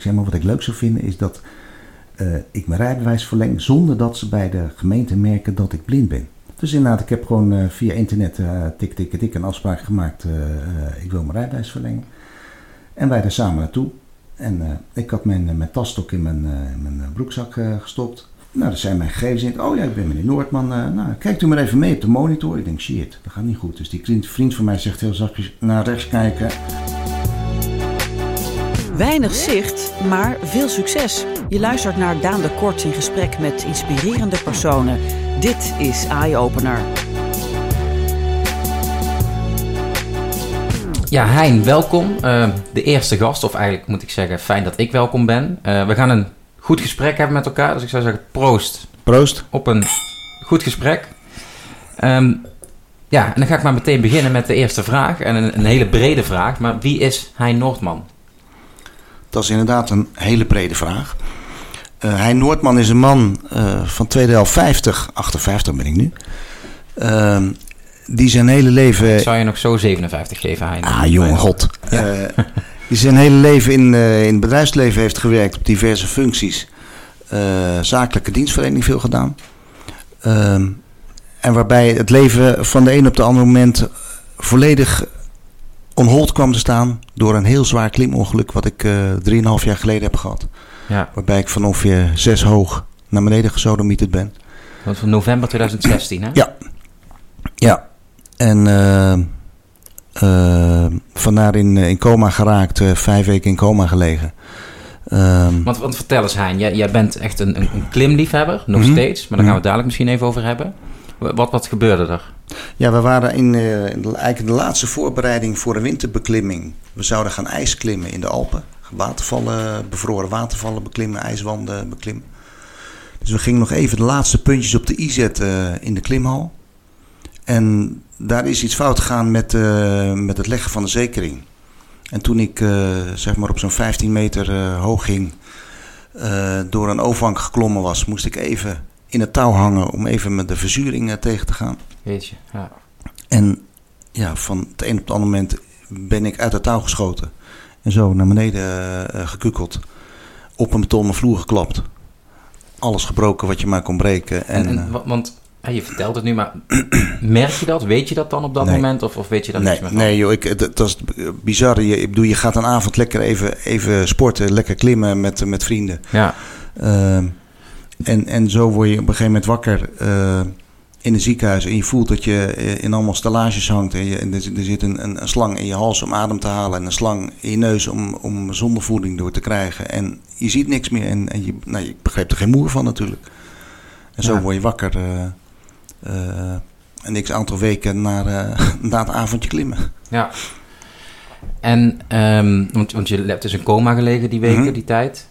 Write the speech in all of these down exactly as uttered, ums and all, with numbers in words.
Zeg maar, wat ik leuk zou vinden is dat uh, ik mijn rijbewijs verleng zonder dat ze bij de gemeente merken dat ik blind ben. Dus inderdaad, ik heb gewoon uh, via internet uh, tik, tik, tik een afspraak gemaakt. Uh, uh, ik wil mijn rijbewijs verlengen. En wij daar samen naartoe. En uh, ik had mijn, uh, mijn tasstok in mijn, uh, mijn broekzak uh, gestopt. Nou, dat zijn mijn gegevens in. Oh ja, ik ben meneer Noordman. Uh, nou, kijkt u maar even mee op de monitor. Ik denk, shit, dat gaat niet goed. Dus die vriend, vriend van mij zegt heel zachtjes naar rechts kijken. Weinig zicht, maar veel succes. Je luistert naar Daan de Kort in gesprek met inspirerende personen. Dit is Eye Opener. Ja, Hein, welkom. Uh, de eerste gast, of eigenlijk moet ik zeggen, fijn dat ik welkom ben. Uh, we gaan een goed gesprek hebben met elkaar, dus ik zou zeggen proost. Proost. Op een goed gesprek. Um, ja, en dan ga ik maar meteen beginnen met de eerste vraag. En een, een hele brede vraag, maar wie is Hein Noordman? Dat is inderdaad een hele brede vraag. Uh, Hein Noordman is een man uh, van tweeduizend vijftig, achtenvijftig ben ik nu. Uh, die zijn hele leven... Zou je nog zo zevenenvijftig geven, Hein? Ah, jonge god. Ja. Uh, die zijn hele leven in, uh, in het bedrijfsleven heeft gewerkt op diverse functies. Uh, zakelijke dienstverlening veel gedaan. Uh, en waarbij het leven van de een op de andere moment volledig on hold kwam te staan door een heel zwaar klimongeluk wat ik uh, drieënhalf jaar geleden heb gehad. Ja. Waarbij ik van ongeveer zes hoog naar beneden gesodemieterd ben. Dat was van november tweeduizend zestien, hè? Ja. Ja. En uh, uh, vandaar in, in coma geraakt, uh, vijf weken in coma gelegen. Um, want, want vertel eens, Hein, jij, jij bent echt een, een, een klimliefhebber, nog mm-hmm. steeds. Maar daar gaan we het dadelijk misschien even over hebben. Wat, wat gebeurde er? Ja, we waren in, uh, in de, eigenlijk de laatste voorbereiding voor een winterbeklimming. We zouden gaan ijsklimmen in de Alpen. Watervallen, bevroren watervallen beklimmen, ijswanden beklimmen. Dus we gingen nog even de laatste puntjes op de i zetten uh, in de klimhal. En daar is iets fout gegaan met, uh, met het leggen van de zekering. En toen ik uh, zeg maar op zo'n vijftien meter uh, hoog ging, uh, door een oofwang geklommen was, moest ik even in het touw hangen om even met de verzuring uh, tegen te gaan. Weet je, ja. En ja, van het een op het andere moment ben ik uit het touw geschoten. En zo naar beneden uh, gekukkeld. Op een betonnen vloer geklapt. Alles gebroken wat je maar kon breken. En, en, en uh, want ja, je vertelt het nu, maar merk je dat? Weet je dat dan op dat nee. moment? Of, of weet je dat nee, niet meer van? Nee joh, ik, dat, dat is bizar. Je, ik bedoel, je gaat een avond lekker even, even sporten. Lekker klimmen met, met vrienden. Ja. Uh, en, en zo word je op een gegeven moment wakker uh, in een ziekenhuis. En je voelt dat je in allemaal stellages hangt. En, je, en er, er zit een, een, een slang in je hals om adem te halen. En een slang in je neus om, om zondevoeding door te krijgen. En je ziet niks meer. En, en je, nou, je begrijpt er geen moer van natuurlijk. En zo ja. word je wakker. Uh, uh, een x aantal weken na, uh, na het avondje klimmen. Ja. En, um, want, want je hebt dus in coma gelegen die weken, mm-hmm. die tijd.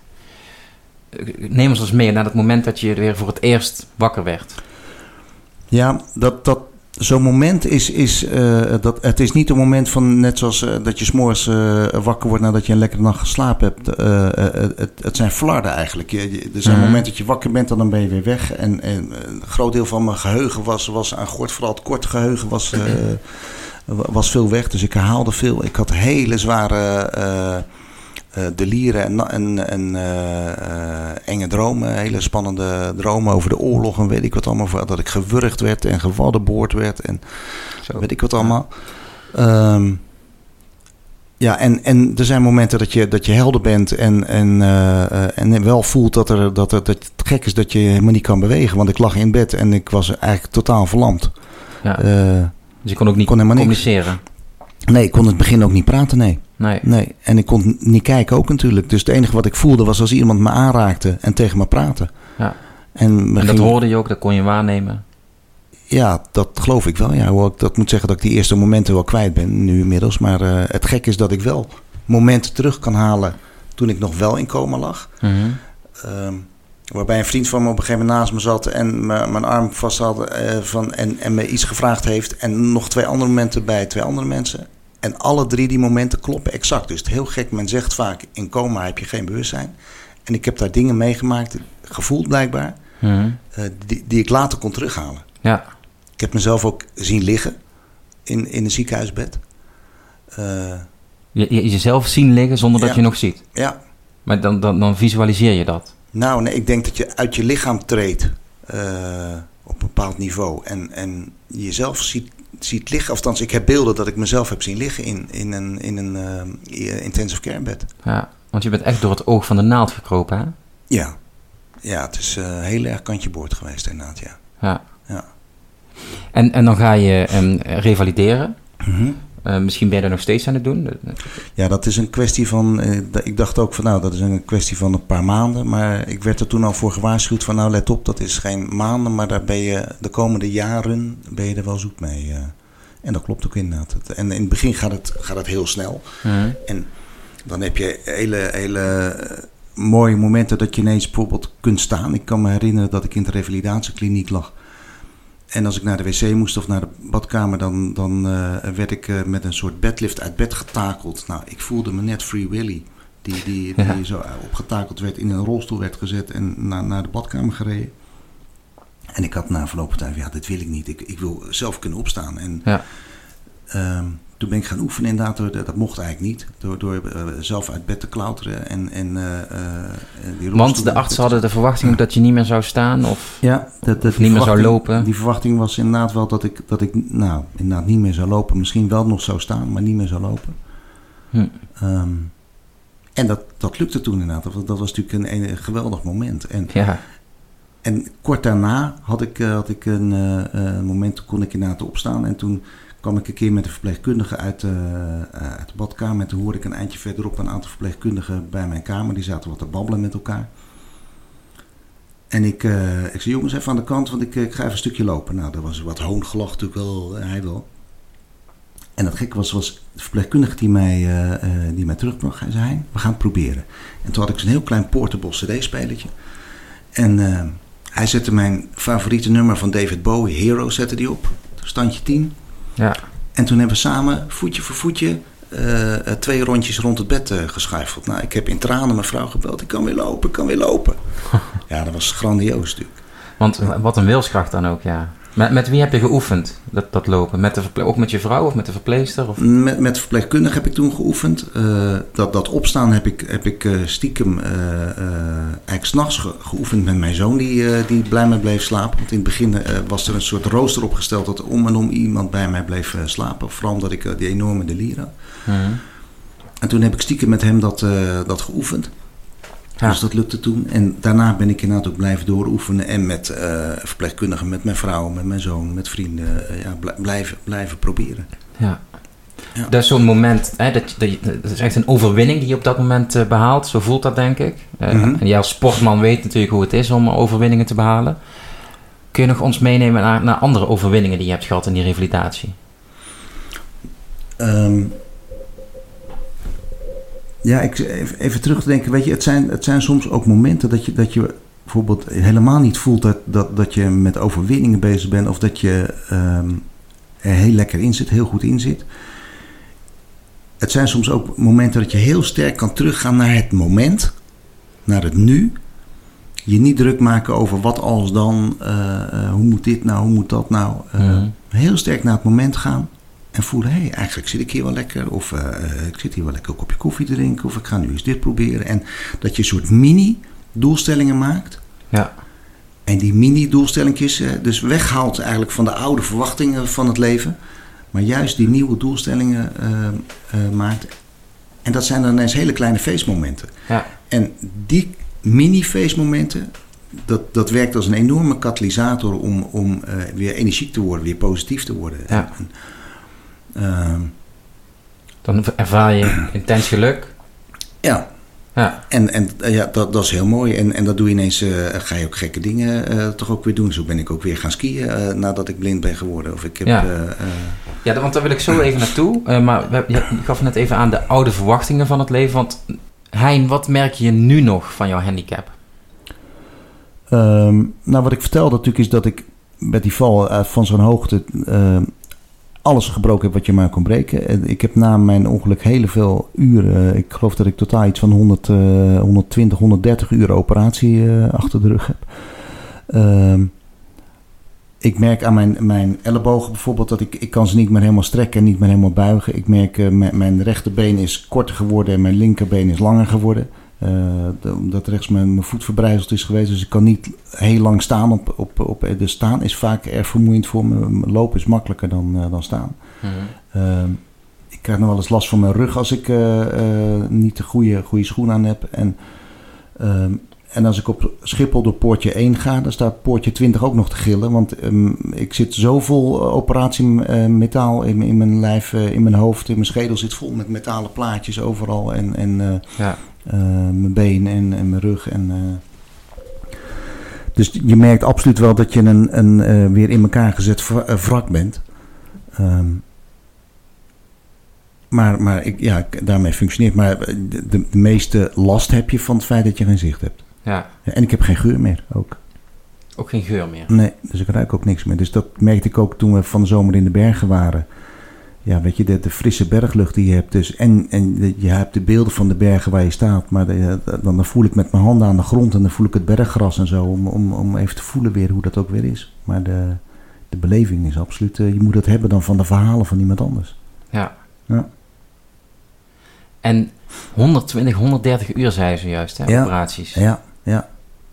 Neem ons eens mee naar het moment dat je weer voor het eerst wakker werd. Ja, dat, dat, zo'n moment is, is uh, dat, het is niet een moment van net zoals uh, dat je 's morgens uh, wakker wordt nadat je een lekkere nacht geslapen hebt. Uh, uh, het, het zijn flarden eigenlijk. Je, je, er zijn mm-hmm. momenten dat je wakker bent en dan ben je weer weg. En, en een groot deel van mijn geheugen was, was aan gort, vooral het korte geheugen was, uh, was veel weg. Dus ik herhaalde veel. Ik had hele zware uh, uh, delieren en, en, en uh, uh, enge dromen. Hele spannende dromen over de oorlog en weet ik wat allemaal. Dat ik gewurgd werd en gewaddenboord werd en zo. Weet ik wat allemaal. Um, ja, en, en er zijn momenten dat je, dat je helder bent en, en, uh, en wel voelt dat, er, dat, er, dat het gek is dat je helemaal niet kan bewegen. Want ik lag in bed en ik was eigenlijk totaal verlamd. Ja. Uh, dus je kon ook niet kon communiceren? Niks. Nee, ik kon in het begin ook niet praten, nee. Nee. nee. En ik kon niet kijken ook natuurlijk. Dus het enige wat ik voelde was als iemand me aanraakte en tegen me praatte. Ja. En, en dat ging... hoorde je ook, dat kon je waarnemen? Ja, dat geloof ik wel. Ja, hoewel ik dat moet zeggen dat ik die eerste momenten wel kwijt ben, nu inmiddels. Maar uh, het gek is dat ik wel momenten terug kan halen toen ik nog wel in coma lag. Mm-hmm. Um, waarbij een vriend van me op een gegeven moment naast me zat en me, mijn arm vast had uh, van, en, en me iets gevraagd heeft. En nog twee andere momenten bij twee andere mensen. En alle drie die momenten kloppen exact. Dus het is heel gek, men zegt vaak in coma heb je geen bewustzijn. En ik heb daar dingen meegemaakt, gevoeld blijkbaar, mm-hmm. uh, die, die ik later kon terughalen. Ja. Ik heb mezelf ook zien liggen in, in een ziekenhuisbed. Uh, je, je, jezelf zien liggen zonder dat ja. je nog ziet? Ja. Maar dan, dan, dan visualiseer je dat? Nou, nee, ik denk dat je uit je lichaam treedt uh, op een bepaald niveau. En, en jezelf ziet, ziet liggen. Althans, ik heb beelden dat ik mezelf heb zien liggen in, in een, in een uh, intensive care bed. Ja, want je bent echt door het oog van de naald gekropen, hè? Ja, ja het is uh, heel erg kantje boord geweest inderdaad, ja. Ja. ja. En, en dan ga je um, revalideren. Mm-hmm. Uh, misschien ben je er nog steeds aan het doen. Ja, dat is een kwestie van... Uh, ik dacht ook van nou, dat is een kwestie van een paar maanden. Maar ik werd er toen al voor gewaarschuwd van nou, let op, dat is geen maanden. Maar daar ben je de komende jaren ben je er wel zoet mee. Uh. En dat klopt ook inderdaad. En in het begin gaat het, gaat het heel snel. Mm-hmm. En dan heb je hele, hele mooie momenten dat je ineens bijvoorbeeld kunt staan. Ik kan me herinneren dat ik in de revalidatiekliniek lag. En als ik naar de wc moest of naar de badkamer, dan, dan uh, werd ik uh, met een soort bedlift uit bed getakeld. Nou, ik voelde me net Free Willy, die, die, die ja. zo opgetakeld werd, in een rolstoel werd gezet en naar, naar de badkamer gereden. En ik had na verloop van tijd, ja, dit wil ik niet. Ik, ik wil zelf kunnen opstaan. En ja. um, toen ben ik gaan oefenen inderdaad, door, dat mocht eigenlijk niet. Door, door uh, zelf uit bed te klauteren. En, en, uh, uh, die Want de artsen hadden de verwachting dat je niet meer zou staan? Of, ja, dat, dat of niet meer zou lopen? Die verwachting was inderdaad wel dat ik, dat ik nou, inderdaad niet meer zou lopen. Misschien wel nog zou staan, maar niet meer zou lopen. Hm. Um, en dat, dat lukte toen inderdaad. Dat, dat was natuurlijk een, een geweldig moment. En, ja. en kort daarna had ik, uh, had ik een uh, moment, toen kon ik inderdaad opstaan. En toen kwam ik een keer met een verpleegkundige uit, uh, uit de badkamer. En toen hoorde ik een eindje verderop een aantal verpleegkundigen bij mijn kamer. Die zaten wat te babbelen met elkaar. En ik, uh, ik zei, jongens, even aan de kant, want ik, ik ga even een stukje lopen. Nou, dat was wat hoongelach natuurlijk wel, uh, hij wel. En dat gek was, was de verpleegkundige die mij, uh, uh, die mij terugbracht. Hij zei, Hein, we gaan het proberen. En toen had ik zo'n heel klein portable cd-spelertje. En uh, hij zette mijn favoriete nummer van David Bowie, Hero, zette die op. Standje tien. Ja. En toen hebben we samen, voetje voor voetje, uh, twee rondjes rond het bed uh, geschuifeld. Nou, ik heb in tranen mijn vrouw gebeld. Ik kan weer lopen, ik kan weer lopen. Ja, dat was grandioos natuurlijk. Want wat een wilskracht dan ook, ja. Met, met wie heb je geoefend, dat, dat lopen? Met de verple- ook met je vrouw of met de verpleegster? Of? Met, met de verpleegkundige heb ik toen geoefend. Uh, dat, dat opstaan heb ik, heb ik uh, stiekem uh, uh, eigenlijk 's nachts ge- geoefend met mijn zoon die, uh, die bij mij bleef slapen. Want in het begin uh, was er een soort rooster opgesteld dat om en om iemand bij mij bleef uh, slapen. Vooral omdat ik uh, die enorme delier had. Mm-hmm. En toen heb ik stiekem met hem dat, uh, dat geoefend. Ja. Dus dat lukte toen. En daarna ben ik inderdaad ook blijven dooroefenen. En met uh, verpleegkundigen, met mijn vrouw, met mijn zoon, met vrienden. Uh, ja, bl- blijven, blijven proberen. Ja. Ja. Dat is zo'n moment, hè, dat, dat, dat is echt een overwinning die je op dat moment uh, behaalt. Zo voelt dat, denk ik. Uh, mm-hmm. En jij als sportman weet natuurlijk hoe het is om overwinningen te behalen. Kun je nog ons meenemen naar, naar andere overwinningen die je hebt gehad in die revalidatie? Um, ja, ik, even, even terug te denken. Weet je, het zijn, het zijn soms ook momenten dat je, dat je bijvoorbeeld helemaal niet voelt dat, dat, dat je met overwinningen bezig bent. Of dat je um, er heel lekker in zit, heel goed in zit. Het zijn soms ook momenten dat je heel sterk kan teruggaan naar het moment. Naar het nu. Je niet druk maken over wat als dan. Uh, uh, hoe moet dit nou, hoe moet dat nou. Uh, mm-hmm. Heel sterk naar het moment gaan. En voelen, hé, hey, eigenlijk zit ik hier wel lekker. Of uh, ik zit hier wel lekker een kopje koffie te drinken. Of ik ga nu eens dit proberen. En dat je een soort mini-doelstellingen maakt. Ja. En die mini-doelstellingjes uh, dus weghaalt eigenlijk van de oude verwachtingen van het leven. Maar juist die nieuwe doelstellingen uh, uh, maakt. En dat zijn dan ineens hele kleine feestmomenten. Ja. En die mini-feestmomenten, dat, dat werkt als een enorme katalysator om, om uh, weer energiek te worden, weer positief te worden. Ja. En, uh, dan ervaar je intens geluk. Ja. Ja. En, en ja, dat, dat is heel mooi. En, en dat doe je ineens, uh, ga je ook gekke dingen uh, toch ook weer doen. Zo ben ik ook weer gaan skiën uh, nadat ik blind ben geworden. Of ik heb, ja. Uh, uh, ja, want daar wil ik zo even naartoe. Uh, maar we, je gaf net even aan de oude verwachtingen van het leven. Want Hein, wat merk je nu nog van jouw handicap? Um, nou, wat ik vertelde natuurlijk is dat ik met die val uh, van zo'n hoogte uh, alles gebroken heb wat je maar kon breken. En ik heb na mijn ongeluk heel veel uren, ik geloof dat ik totaal iets van honderd, uh, honderdtwintig, honderddertig uur operatie uh, achter de rug heb. Um, ik merk aan mijn, mijn ellebogen bijvoorbeeld dat ik, ik kan ze niet meer helemaal strekken en niet meer helemaal buigen. Ik merk uh, mijn, mijn rechterbeen is korter geworden en mijn linkerbeen is langer geworden. Uh, de, omdat rechts mijn, mijn voet verbrijzeld is geweest. Dus ik kan niet heel lang staan. Op, op, op, de staan is vaak erg vermoeiend voor me. Lopen is makkelijker dan, uh, dan staan. Mm-hmm. Uh, ik krijg nog wel eens last van mijn rug als ik uh, uh, niet de goede, goede schoen aan heb. En, uh, en als ik op Schiphol door poortje één ga, dan staat poortje twintig ook nog te gillen. Want um, ik zit zo vol operatiemetaal in, in mijn lijf, uh, in mijn hoofd. In mijn schedel zit vol met metalen plaatjes overal. En, en uh, ja. uh, mijn been en, en mijn rug. En, uh, dus je merkt absoluut wel dat je een, een uh, weer in elkaar gezet wrak bent. Um, Maar, maar ik, ja, daarmee functioneert. Maar de, de meeste last heb je van het feit dat je geen zicht hebt. Ja. Ja, en ik heb geen geur meer ook. Ook geen geur meer? Nee, dus ik ruik ook niks meer. Dus dat merkte ik ook toen we van de zomer in de bergen waren. Ja, weet je, de, de frisse berglucht die je hebt. Dus, en en de, je hebt de beelden van de bergen waar je staat. Maar de, dan, dan voel ik met mijn handen aan de grond en dan voel ik het berggras en zo. Om, om, om even te voelen weer hoe dat ook weer is. Maar de, de beleving is absoluut... Uh, je moet dat hebben dan van de verhalen van iemand anders. Ja. Ja. En honderdtwintig, honderddertig uur zei ze juist, hè, ja, operaties. Ja, ja.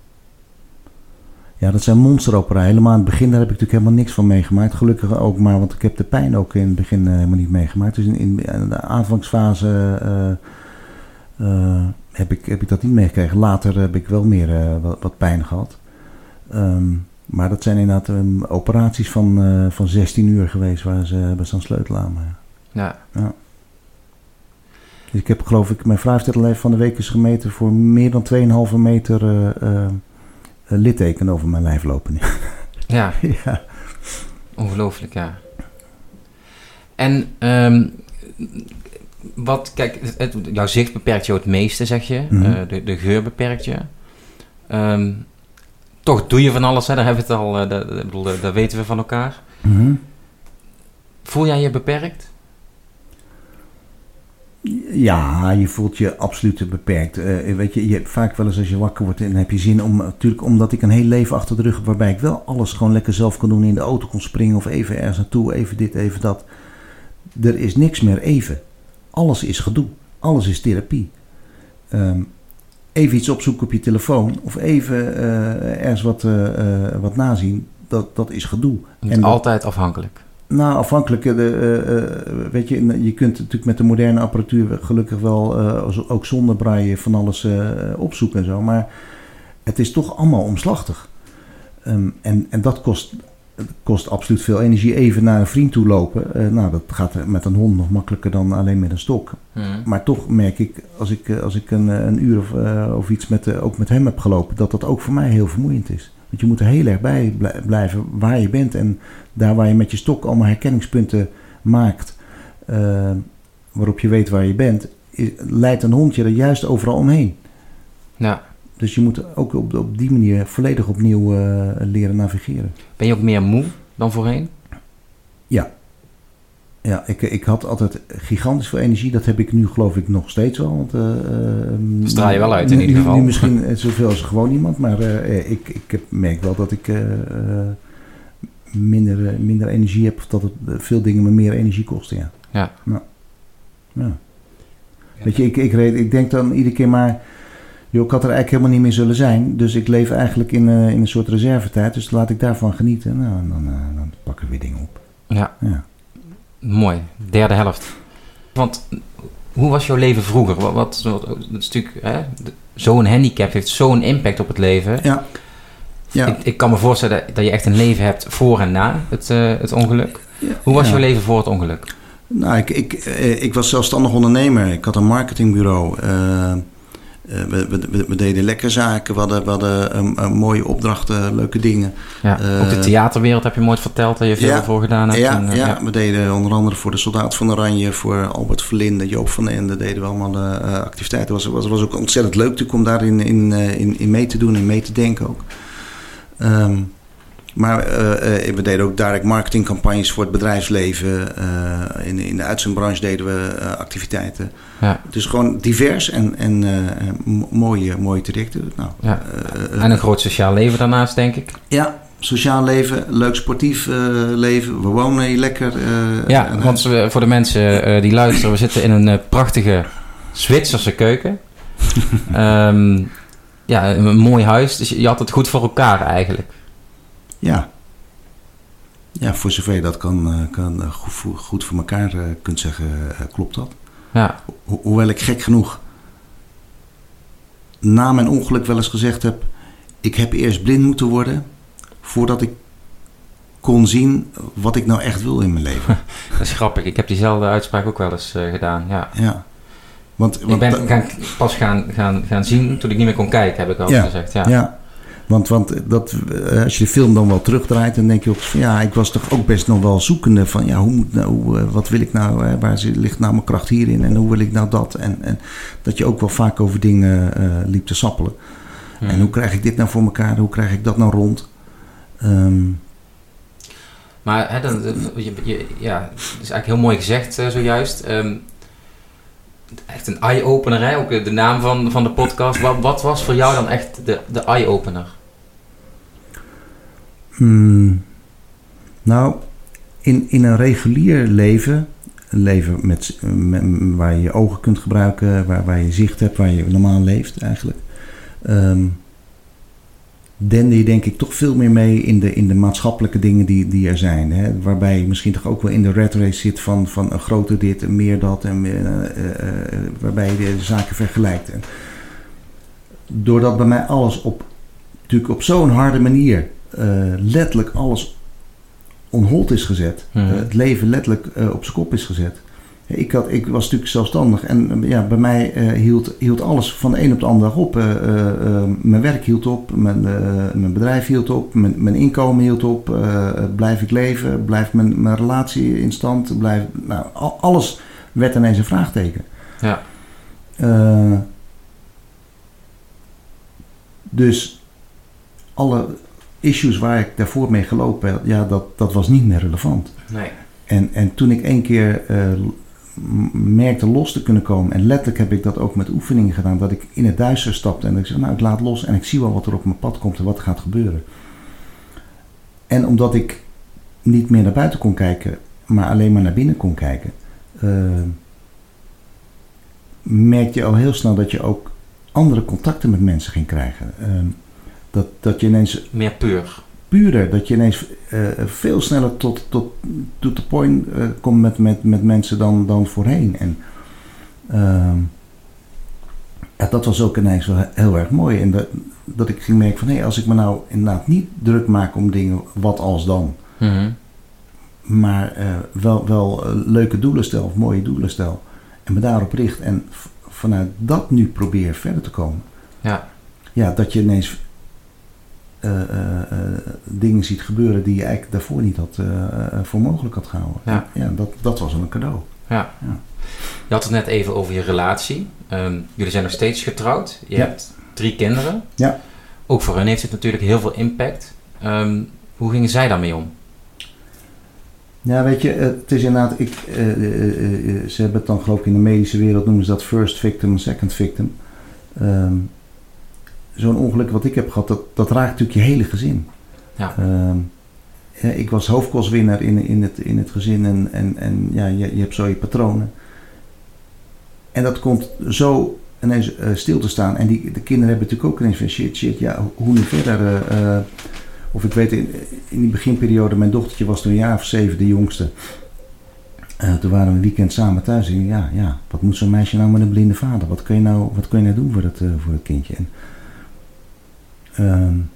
Ja, dat zijn monsteroperaties. Helemaal in het begin, daar heb ik natuurlijk helemaal niks van meegemaakt. Gelukkig ook maar, want ik heb de pijn ook in het begin uh, helemaal niet meegemaakt. Dus in, in de aanvangsfase uh, uh, heb, ik, heb ik dat niet meegekregen. Later heb ik wel meer uh, wat, wat pijn gehad. Um, maar dat zijn inderdaad um, operaties van, uh, van zestien uur geweest waar ze hebben staan sleutelen aan me. Ja. Ja. Dus ik heb geloof ik, mijn vrouw heeft het al even van de week is gemeten voor meer dan twee komma vijf meter uh, uh, litteken over mijn lijf lopen. Ja. Ja. Ongelooflijk, ja. En um, wat, kijk, het, jouw zicht beperkt je het meeste, zeg je. Mm-hmm. Uh, de, de geur beperkt je. Um, toch doe je van alles, hè? Daar hebben we het al, uh, dat, dat, dat weten we van elkaar. Mm-hmm. Voel jij je beperkt? Ja, je voelt je absoluut beperkt. Uh, weet je, je hebt vaak wel eens als je wakker wordt en heb je zin om, natuurlijk omdat ik een heel leven achter de rug heb waarbij ik wel alles gewoon lekker zelf kan doen, in de auto kon springen of even ergens naartoe, even dit, even dat. Er is niks meer even. Alles is gedoe. Alles is therapie. Um, even iets opzoeken op je telefoon of even uh, ergens wat, uh, uh, wat nazien, dat, dat is gedoe. Je bent altijd afhankelijk. Nou, afhankelijk, de, uh, weet je, je kunt natuurlijk met de moderne apparatuur gelukkig wel, uh, ook zonder braille, van alles uh, opzoeken en zo. Maar het is toch allemaal omslachtig. Um, en, en dat kost, kost absoluut veel energie. Even naar een vriend toe lopen, uh, nou, dat gaat met een hond nog makkelijker dan alleen met een stok. Hmm. Maar toch merk ik, als ik, als ik een, een uur of, uh, of iets met, uh, ook met hem heb gelopen, dat dat ook voor mij heel vermoeiend is. Want je moet er heel erg bij blijven waar je bent. En daar waar je met je stok allemaal herkenningspunten maakt, uh, waarop je weet waar je bent, is, leidt een hondje er juist overal omheen. Ja. Dus je moet ook op, op die manier volledig opnieuw uh, leren navigeren. Ben je ook meer moe dan voorheen? Ja. Ja, ik, ik had altijd gigantisch veel energie. Dat heb ik nu geloof ik nog steeds wel. Want, uh, straal je wel uit in nu, ieder geval. Nu misschien zoveel als gewoon iemand. Maar uh, ik, ik heb, merk wel dat ik uh, minder, uh, minder energie heb. Of dat het, uh, veel dingen me meer energie kosten. Ja. Ja. Nou, ja. Weet je, ik, ik, reed, ik denk dan iedere keer maar... Joh, ik had er eigenlijk helemaal niet meer zullen zijn. Dus ik leef eigenlijk in, uh, in een soort reservetijd. Dus laat ik daarvan genieten. Nou, dan, uh, dan pak ik weer dingen op. Ja. Ja. Mooi, derde helft. Want hoe was jouw leven vroeger? Wat, wat, wat dat is natuurlijk, hè, zo'n handicap heeft zo'n impact op het leven. Ja. Ja. Ik, ik kan me voorstellen dat je echt een leven hebt voor en na het, uh, het ongeluk. Ja. Hoe was ja. jouw leven voor het ongeluk? Nou, ik, ik, ik was zelfstandig ondernemer. Ik had een marketingbureau. Uh, Uh, we, we, we deden lekker zaken, we hadden, we hadden um, um, mooie opdrachten, leuke dingen. Ja, uh, ook de theaterwereld heb je mooi verteld, dat je veel ja, voor gedaan hebt. Ja, en, uh, ja, ja, we deden onder andere voor de Soldaat van Oranje, voor Albert Verlinde, Joop van den Ende, deden we allemaal uh, activiteiten. Het was, was, was ook ontzettend leuk natuurlijk om daarin in, in, in mee te doen en mee te denken ook. Um, Maar uh, uh, we deden ook direct marketingcampagnes voor het bedrijfsleven. Uh, in, in de uitzendbranche deden we uh, activiteiten. Ja. Dus gewoon divers en, en uh, m- mooie, mooie trajecten. Nou, ja. uh, en een groot sociaal leven daarnaast, denk ik. Ja, sociaal leven, leuk sportief uh, leven. We wonen hier lekker. Uh, ja, want we, voor de mensen uh, die luisteren, we zitten in een uh, prachtige Zwitserse keuken. um, ja, een mooi huis. Dus je had het goed voor elkaar eigenlijk. Ja. Ja, voor zover je dat kan, kan goed, goed voor elkaar uh, kunt zeggen, uh, klopt dat. Ja. Ho- hoewel ik gek genoeg na mijn ongeluk wel eens gezegd heb, ik heb eerst blind moeten worden voordat ik kon zien wat ik nou echt wil in mijn leven. Dat is grappig. Ik heb diezelfde uitspraak ook wel eens uh, gedaan. Ja. Ja. Want, want, ik ben gaan, pas gaan, gaan, gaan zien toen ik niet meer kon kijken, heb ik al ja, gezegd. Ja. ja. Want, want dat, als je de film dan wel terugdraait, dan denk je ook van ja, ik was toch ook best nog wel zoekende van ja, hoe moet nou, wat wil ik nou, hè, waar ligt nou mijn kracht hierin en hoe wil ik nou dat? En, en dat je ook wel vaak over dingen uh, liep te sappelen. Hmm. En hoe krijg ik dit nou voor elkaar? Hoe krijg ik dat nou rond? Um, maar hè, dan, je, je, ja, dat is eigenlijk heel mooi gezegd uh, zojuist. Um, echt een eye-opener, hè? Ook de naam van, van de podcast. Wat, wat was voor jou dan echt de, de eye-opener? Hmm, nou, in, in een regulier leven, een leven met, met, waar je je ogen kunt gebruiken, waar, waar je zicht hebt, waar je normaal leeft eigenlijk, um, dende je denk ik toch veel meer mee in de, in de maatschappelijke dingen die, die er zijn. Hè? Waarbij je misschien toch ook wel in de rat race zit van, van een groter dit en meer dat. En, uh, uh, waarbij je de zaken vergelijkt. En doordat bij mij alles op, natuurlijk op zo'n harde manier uh, letterlijk alles on hold is gezet. Mm-hmm. Uh, het leven letterlijk uh, op zijn kop is gezet. Ik, had, ik was natuurlijk zelfstandig en ja, bij mij uh, hield, hield alles van de een op de andere dag op. Uh, uh, uh, mijn werk hield op, mijn, uh, mijn bedrijf hield op, mijn, mijn inkomen hield op. Uh, blijf ik leven, blijft mijn, mijn relatie in stand, blijf, nou, al, alles werd ineens een vraagteken. Ja. Uh, dus alle issues waar ik daarvoor mee gelopen heb, ja, dat, dat was niet meer relevant. Nee. En, en toen ik één keer uh, merkte los te kunnen komen, en letterlijk heb ik dat ook met oefeningen gedaan, dat ik in het duister stapte en dat ik zei, nou ik laat los en ik zie wel wat er op mijn pad komt en wat er gaat gebeuren. En omdat ik niet meer naar buiten kon kijken, maar alleen maar naar binnen kon kijken, uh, merkte je al heel snel dat je ook andere contacten met mensen ging krijgen. Uh, dat, dat je ineens... Meer puur. Puurder, dat je ineens uh, veel sneller tot, tot, tot de point uh, komt met, met, met mensen dan, dan voorheen. En uh, ja, dat was ook ineens wel heel erg mooi. En dat, dat ik ging merken van, hé, hey, als ik me nou inderdaad niet druk maak om dingen, wat als dan. Mm-hmm. Maar uh, wel, wel uh, leuke doelen stel, of mooie doelen stel. En me daarop richt en v- vanuit dat nu probeer verder te komen. Ja. Ja, dat je ineens... Uh, uh, uh, dingen ziet gebeuren die je eigenlijk daarvoor niet had uh, uh, voor mogelijk had gehouden. Ja. Ja, dat, dat was een cadeau. Ja. Ja. Je had het net even over je relatie. Um, jullie zijn nog steeds getrouwd. Je ja. hebt drie kinderen. Ja. Ook voor hen heeft het natuurlijk heel veel impact. Um, hoe gingen zij daarmee om? Ja, weet je, het is inderdaad... Ik, uh, uh, uh, ze hebben het dan geloof ik in de medische wereld noemen ze dat first victim, second victim. Um, Zo'n ongeluk wat ik heb gehad, dat, dat raakt natuurlijk je hele gezin. Ja. Uh, ja, ik was hoofdkostwinnaar in, in, het, in het gezin en, en, en ja, je, je hebt zo je patronen. En dat komt zo ineens uh, stil te staan. En die, de kinderen hebben natuurlijk ook ineens van shit, shit, ja, hoe nu verder? Uh, of ik weet, in, in die beginperiode, mijn dochtertje was toen een jaar of zeven, de jongste. Uh, toen waren we een weekend samen thuis. En ja, ja, wat moet zo'n meisje nou met een blinde vader? Wat kun je nou, wat kun je nou doen voor het, uh, voor het kindje? En, Um,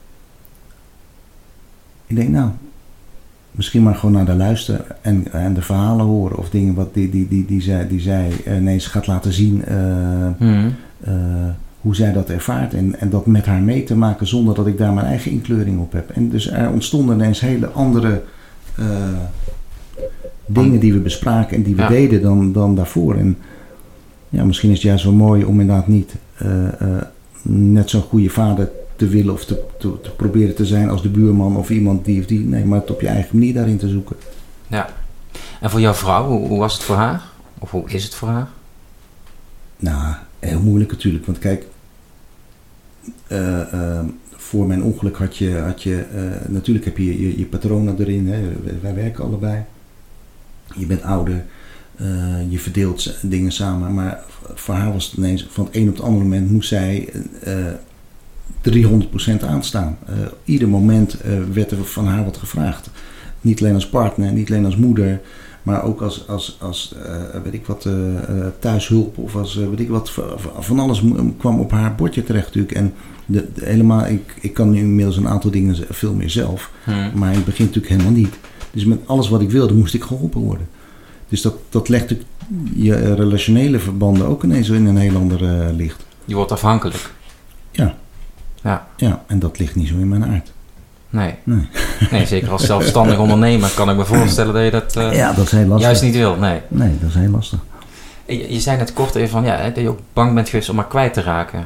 ik denk nou, misschien maar gewoon naar de luisteren en, en de verhalen horen of dingen wat die, die, die, die, zij, die zij ineens gaat laten zien uh, mm. uh, hoe zij dat ervaart en, en dat met haar mee te maken zonder dat ik daar mijn eigen inkleuring op heb. En dus er ontstonden ineens hele andere uh, dingen die we bespraken en die we ja. deden dan, dan daarvoor. En ja, misschien is het juist wel mooi om inderdaad niet uh, uh, net zo'n goede vader te willen of te, te, te proberen te zijn als de buurman of iemand die of die. Nee, maar het op je eigen manier daarin te zoeken. Ja. En voor jouw vrouw, hoe, hoe was het voor haar? Of hoe is het voor haar? Nou, heel moeilijk natuurlijk. Want kijk, uh, uh, voor mijn ongeluk had je, had je uh, natuurlijk heb je je, je patronen erin. Hè. Wij werken allebei. Je bent ouder. Uh, je verdeelt dingen samen. Maar voor haar was het ineens, van het een op het andere moment moest zij uh, driehonderd procent aanstaan. Uh, ieder moment uh, werd er van haar wat gevraagd. Niet alleen als partner, niet alleen als moeder, maar ook als, als, als uh, weet ik wat, uh, uh, thuishulp of als uh, weet ik wat. Van alles kwam op haar bordje terecht natuurlijk. En de, de, helemaal, ik, ik kan nu inmiddels een aantal dingen veel meer zelf. Hmm. Maar in het begin natuurlijk helemaal niet. Dus met alles wat ik wilde moest ik geholpen worden. Dus dat, dat legt natuurlijk je relationele verbanden ook ineens in een heel ander uh, licht. Je wordt afhankelijk. Ja. Ja. Ja, en dat ligt niet zo in mijn aard. Nee. Nee. Nee, zeker als zelfstandig ondernemer kan ik me voorstellen dat je dat, uh, ja, dat is heel lastig. Juist niet wil. Nee. Nee, dat is heel lastig. Je, je zei net kort even van ja, dat je ook bang bent geweest om haar kwijt te raken.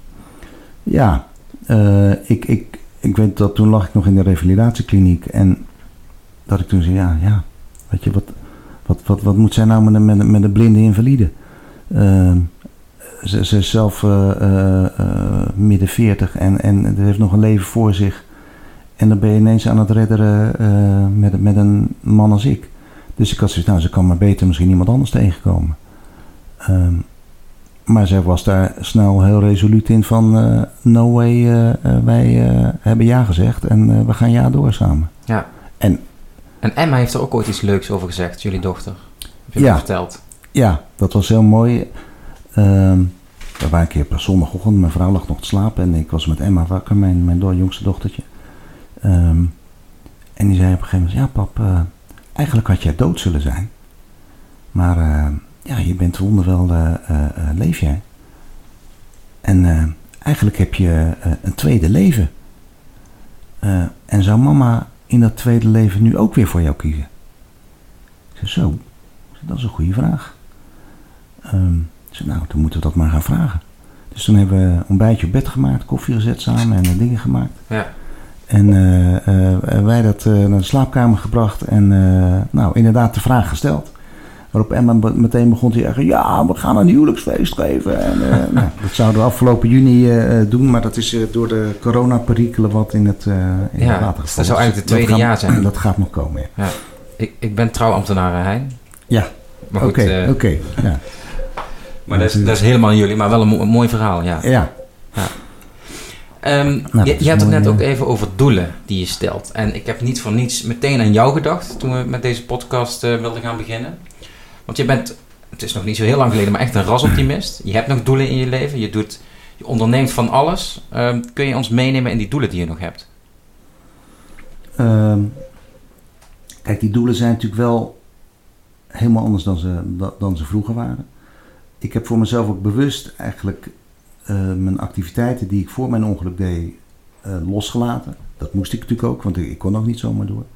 Ja, uh, ik, ik, ik weet dat toen lag ik nog in de revalidatiekliniek en dat ik toen zei, ja, ja, weet je, wat, wat, wat, wat moet zij nou met een, met een, met een blinde invalide? Uh, ze, ze is zelf uh, uh, uh, midden veertig en, en er heeft nog een leven voor zich. En dan ben je ineens aan het redderen uh, met, met een man als ik. Dus ik had zoiets, nou, ze kan maar beter misschien iemand anders tegenkomen. Um, maar zij was daar snel heel resoluut in van, uh, no way, uh, uh, wij uh, hebben ja gezegd en uh, we gaan ja door samen. Ja. En, en Emma heeft er ook ooit iets leuks over gezegd, jullie dochter. Heb je ja, dat verteld? Ja, dat was heel mooi. Um, we waren een keer op zondagochtend, mijn vrouw lag nog te slapen en ik was met Emma wakker, mijn, mijn do- jongste dochtertje. Um, en die zei op een gegeven moment, ja pap, uh, eigenlijk had jij dood zullen zijn. Maar uh, ja, je bent wonderwel, uh, uh, uh, leef jij. En uh, eigenlijk heb je uh, een tweede leven. Uh, en zou mama in dat tweede leven nu ook weer voor jou kiezen? Ik zei, zo, dat is een goede vraag. Um, ik zei, nou, dan moeten we dat maar gaan vragen. Dus toen hebben we een ontbijtje op bed gemaakt, koffie gezet samen en uh, dingen gemaakt. Ja. En uh, uh, wij dat uh, naar de slaapkamer gebracht en uh, nou inderdaad de vraag gesteld. Waarop Emma meteen begon te zeggen, ja, we gaan een huwelijksfeest geven. En, uh, nou, dat zouden we afgelopen juni uh, doen, maar dat is uh, door de coronaperikelen wat in het, uh, in ja, het water gevallen. Dat zou eigenlijk het tweede gaat, jaar zijn. Dat gaat nog komen, ja. ja. Ik, ik ben trouwambtenaar, Hein. Ja, oké, okay, uh, okay, ja. Maar dat is, dat is helemaal jullie, maar wel een, mo- een mooi verhaal, ja. Ja. ja. Um, nou, je je had het net ook even over doelen die je stelt. En ik heb niet voor niets meteen aan jou gedacht toen we met deze podcast uh, wilden gaan beginnen. Want je bent, het is nog niet zo heel lang geleden, maar echt een rasoptimist. Je hebt nog doelen in je leven, je, doet, je onderneemt van alles. Um, kun je ons meenemen in die doelen die je nog hebt? Um, kijk, die doelen zijn natuurlijk wel helemaal anders dan ze, dan ze vroeger waren. Ik heb voor mezelf ook bewust eigenlijk uh, mijn activiteiten die ik voor mijn ongeluk deed uh, losgelaten. Dat moest ik natuurlijk ook, want ik, ik kon nog niet zomaar door.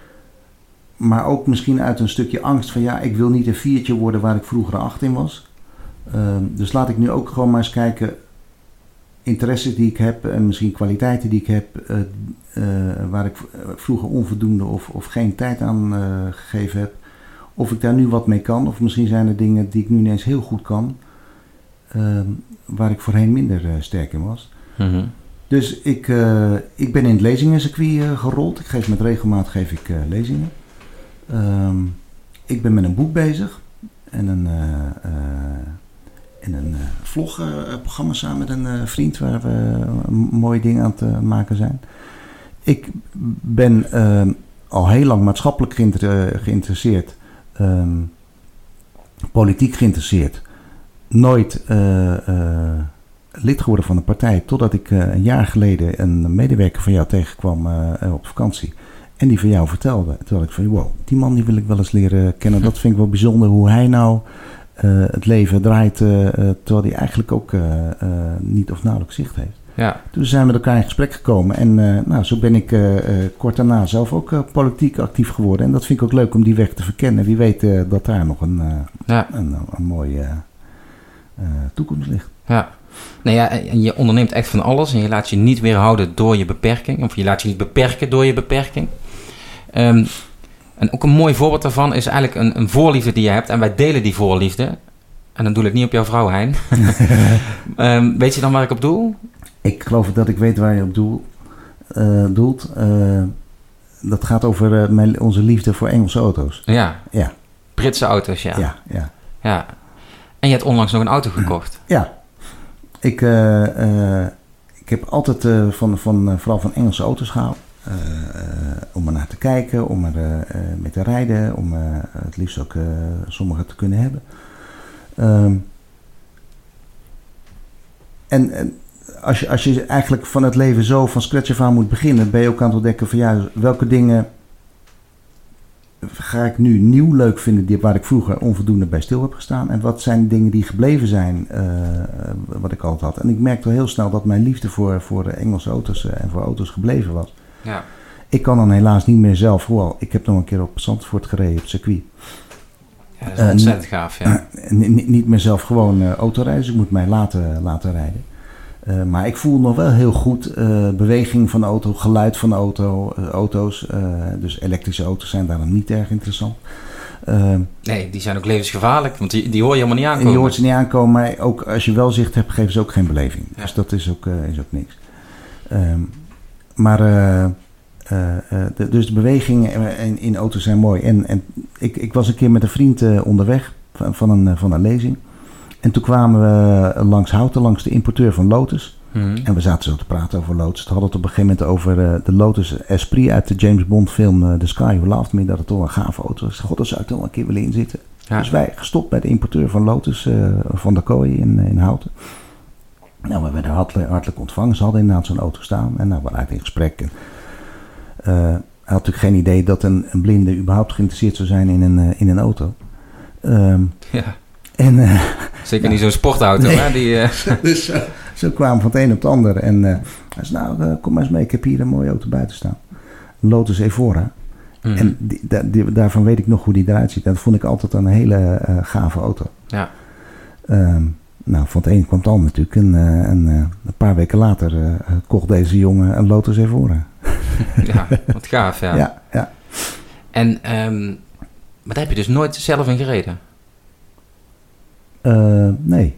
Maar ook misschien uit een stukje angst van ja, ik wil niet een viertje worden waar ik vroeger een acht in was. Uh, dus laat ik nu ook gewoon maar eens kijken, interesses die ik heb en misschien kwaliteiten die ik heb, uh, uh, waar ik vroeger onvoldoende of, of geen tijd aan uh, gegeven heb. Of ik daar nu wat mee kan, of misschien zijn er dingen die ik nu ineens heel goed kan, uh, waar ik voorheen minder uh, sterk in was. Mm-hmm. Dus ik, uh, ik ben in het lezingencircuit uh, gerold. Ik geef met regelmaat geef ik uh, lezingen. Um, ik ben met een boek bezig en een, uh, uh, en een uh, vlogprogramma uh, samen met een uh, vriend waar we uh, mooie dingen aan het uh, maken zijn. Ik ben uh, al heel lang maatschappelijk geïnter- uh, geïnteresseerd. Um, politiek geïnteresseerd. Nooit uh, uh, lid geworden van een partij. Totdat ik uh, een jaar geleden een medewerker van jou tegenkwam uh, op vakantie. En die van jou vertelde. Terwijl ik van wow, die man die wil ik wel eens leren kennen. Dat vind ik wel bijzonder hoe hij nou uh, het leven draait. Uh, terwijl hij eigenlijk ook uh, uh, niet of nauwelijks zicht heeft. Ja. Toen zijn we met elkaar in gesprek gekomen. En uh, nou, zo ben ik uh, uh, kort daarna zelf ook uh, politiek actief geworden. En dat vind ik ook leuk om die weg te verkennen. Wie weet uh, dat daar nog een, uh, ja. een, een, een mooie uh, uh, toekomst ligt. Ja. Nou ja, en je onderneemt echt van alles. En je laat je niet weerhouden door je beperking. Of je laat je niet beperken door je beperking. Um, en ook een mooi voorbeeld daarvan is eigenlijk een, een voorliefde die je hebt. En wij delen die voorliefde. En dan doe ik niet op jouw vrouw, Hein. um, weet je dan waar ik op doel? Ik geloof dat ik weet waar je op doel, uh, doelt. Uh, dat gaat over uh, mijn, onze liefde voor Engelse auto's. Ja, ja. Britse auto's, ja. Ja, ja. ja. En je hebt onlangs nog een auto gekocht. Ja. Ik, uh, uh, ik heb altijd uh, van, van, uh, vooral van Engelse auto's gehouden. Uh, uh, om er naar te kijken, om er uh, uh, mee te rijden, om uh, het liefst ook uh, sommige te kunnen hebben. Um, en, en als, je, als je eigenlijk van het leven zo van scratch af aan moet beginnen, ben je ook aan het ontdekken van ja, welke dingen ga ik nu nieuw leuk vinden die, waar ik vroeger onvoldoende bij stil heb gestaan. En wat zijn dingen die gebleven zijn, uh, wat ik altijd had. En ik merkte heel snel dat mijn liefde voor, voor Engelse auto's uh, en voor auto's gebleven was. Ja. Ik kan dan helaas niet meer zelf, hoewel ik heb nog een keer op Zandvoort gereden op het circuit. Ja, dat is ontzettend uh, gaaf, ja. Uh, n- niet meer zelf gewoon uh, autorijden, dus ik moet mij laten, laten rijden. Uh, maar ik voel nog wel heel goed uh, beweging van de auto, geluid van de auto, uh, auto's. Uh, dus elektrische auto's zijn daarom niet erg interessant. Uh, nee, die zijn ook levensgevaarlijk, want die, die hoor je helemaal niet aankomen. Je hoort ze niet aankomen, maar ook als je wel zicht hebt, geven ze ook geen beleving. Ja. Dus dat is ook, uh, is ook niks. Um, maar... Uh, Uh, uh, de, dus de bewegingen in, in auto's zijn mooi. En, en ik, ik was een keer met een vriend uh, onderweg van, van, een, van een lezing. En toen kwamen we langs Houten, langs de importeur van Lotus. Mm-hmm. En we zaten zo te praten over Lotus. We hadden het op een gegeven moment over uh, de Lotus Esprit uit de James Bond film uh, The Sky Who Loved Me. Dat het toch een gave auto was. God, daar zou ik toch wel een keer willen inzitten. Ja. Dus wij gestopt bij de importeur van Lotus, uh, van de Kooi in, in Houten. Nou, we werden hartelijk, hartelijk ontvangen. Ze hadden inderdaad zo'n auto staan. En nou, we waren in gesprek. En, Uh, hij had natuurlijk geen idee dat een, een blinde überhaupt geïnteresseerd zou zijn in een, uh, in een auto. Um, ja. En, uh, Zeker niet ja. zo'n sportauto. Nee. Hè? Die, uh... dus uh, zo kwamen van het een op het ander. En uh, hij zei, nou, uh, kom maar eens mee. Ik heb hier een mooie auto buiten staan. Een Lotus Evora. Mm-hmm. En die, da, die, daarvan weet ik nog hoe die eruit ziet. En dat vond ik altijd een hele uh, gave auto. Ja. Um, nou, van het een kwam het ander natuurlijk. En, uh, en uh, een paar weken later uh, kocht deze jongen een Lotus Evora. Ja, wat gaaf, ja. Ja, ja. En, um, maar daar heb je dus nooit zelf in gereden? Uh, nee.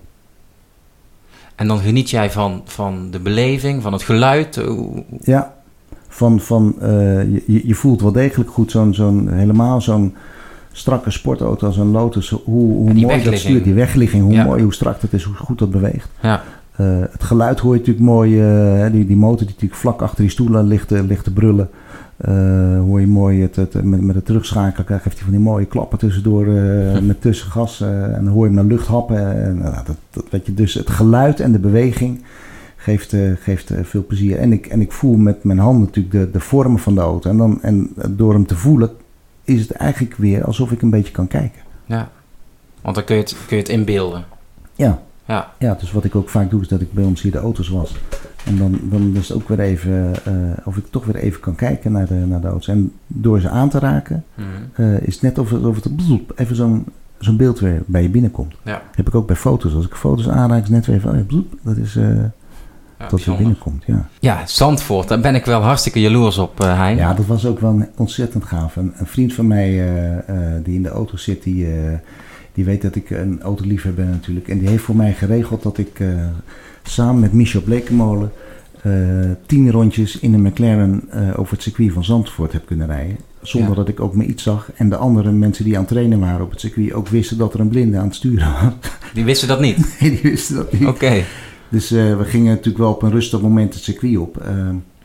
En dan geniet jij van, van de beleving, van het geluid? Ja, van, van uh, je, je voelt wel degelijk goed zo'n, zo'n helemaal zo'n strakke sportauto als een Lotus. Hoe, hoe mooi dat stuurt, die wegligging, hoe ja. mooi, hoe strak dat is, hoe goed dat beweegt. Ja. Uh, het geluid hoor je natuurlijk mooi, uh, die, die motor die natuurlijk vlak achter die stoelen ligt, ligt te brullen. Uh, hoor je mooi het, het, met, met het terugschakelen, geeft hij van die mooie klappen tussendoor uh, met tussengas. Uh, en dan hoor je hem naar lucht happen. En, uh, dat, dat, weet je, dus het geluid en de beweging geeft, uh, geeft uh, veel plezier. En ik, en ik voel met mijn hand natuurlijk de, de vormen van de auto. En, dan, en door hem te voelen is het eigenlijk weer alsof ik een beetje kan kijken. Ja, want dan kun je het, kun je het inbeelden. Ja. Ja. Ja, dus wat ik ook vaak doe is dat ik bij ons hier de auto's was. En dan, dan is het ook weer even, uh, of ik toch weer even kan kijken naar de, naar de auto's. En door ze aan te raken, mm-hmm. uh, is het net of het, of het bloep, even zo'n, zo'n beeld weer bij je binnenkomt. Ja. Heb ik ook bij foto's. Als ik foto's aanraak, is het net weer even, oh ja, bloep, dat is uh, ja, dat weer binnenkomt. Ja. ja, Zandvoort, daar ben ik wel hartstikke jaloers op, uh, Hein. Ja, dat was ook wel ontzettend gaaf. Een, een vriend van mij uh, uh, die in de auto zit, die... Uh, Die weet dat ik een autoliefhebber ben natuurlijk. En die heeft voor mij geregeld dat ik uh, samen met Michel Blekemolen uh, tien rondjes in een McLaren uh, over het circuit van Zandvoort heb kunnen rijden. Zonder ja. dat ik ook maar iets zag. En de andere mensen die aan het trainen waren op het circuit ook wisten dat er een blinde aan het sturen was. Die wisten dat niet? Nee, die wisten dat niet. Oké. Okay. Dus uh, we gingen natuurlijk wel op een rustig moment het circuit op. Uh,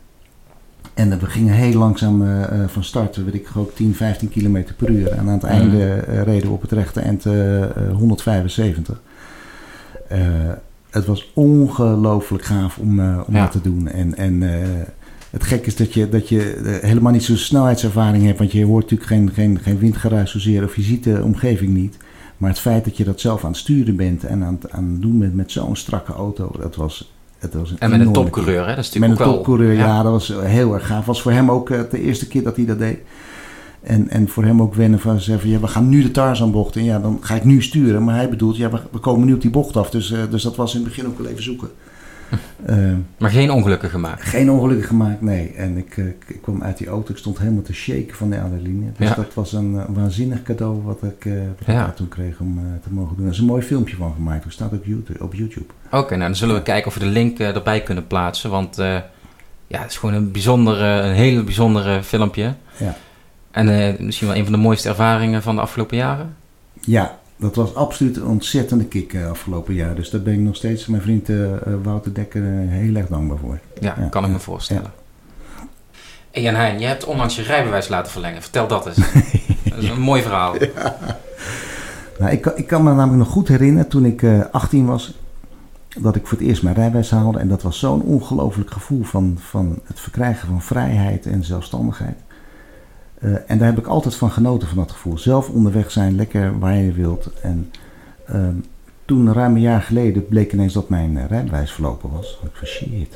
En we gingen heel langzaam uh, van start, weet ik ook tien, vijftien kilometer per uur. En aan het einde uh, reden we op het rechte eind uh, honderdvijfenzeventig. Uh, het was ongelooflijk gaaf om, uh, om ja. dat te doen. En, en uh, het gekke is dat je, dat je uh, helemaal niet zo'n snelheidservaring hebt. Want je hoort natuurlijk geen, geen, geen windgeruis zozeer of je ziet de omgeving niet. Maar het feit dat je dat zelf aan het sturen bent en aan het, aan het doen bent met zo'n strakke auto, dat was... Het was een en met een topcoureur, hè? Dat is natuurlijk met ook een topcoureur, wel... ja. ja, dat was heel erg gaaf. Was voor hem ook uh, de eerste keer dat hij dat deed. En, en voor hem ook wennen van zeggen, ja, we gaan nu de Tarzanbocht in. Ja, dan ga ik nu sturen. Maar hij bedoelt, ja, we, we komen nu op die bocht af. Dus, uh, dus dat was in het begin ook wel even zoeken. Uh, maar geen ongelukken gemaakt? Geen ongelukken gemaakt, nee. En ik, uh, ik kwam uit die auto, ik stond helemaal te shaken van de adrenaline. Dus ja. dat was een uh, waanzinnig cadeau wat ik, uh, wat ja. ik toen kreeg om uh, te mogen doen. Er is een mooi filmpje van gemaakt, dat staat op YouTube. Op YouTube. Oké, okay, nou dan zullen we kijken of we de link uh, erbij kunnen plaatsen. Want uh, ja, het is gewoon een bijzondere, een hele bijzondere filmpje. Ja. En uh, misschien wel een van de mooiste ervaringen van de afgelopen jaren. Ja, dat was absoluut een ontzettende kick uh, afgelopen jaar. Dus daar ben ik nog steeds mijn vriend uh, Wouter Dekker uh, heel erg dankbaar voor. Ja, ja kan ik me voorstellen. Ja. Hey, en Hein, je hebt onlangs je rijbewijs laten verlengen. Vertel dat eens. Dat is een mooi verhaal. Ja. Nou, ik, ik kan me namelijk nog goed herinneren toen ik uh, achttien was, dat ik voor het eerst mijn rijbewijs haalde. En dat was zo'n ongelooflijk gevoel van, van het verkrijgen van vrijheid en zelfstandigheid. Uh, en daar heb ik altijd van genoten, van dat gevoel. Zelf onderweg zijn, lekker waar je wilt. En uh, toen, ruim een jaar geleden, bleek ineens dat mijn uh, rijbewijs verlopen was. Ik van shit,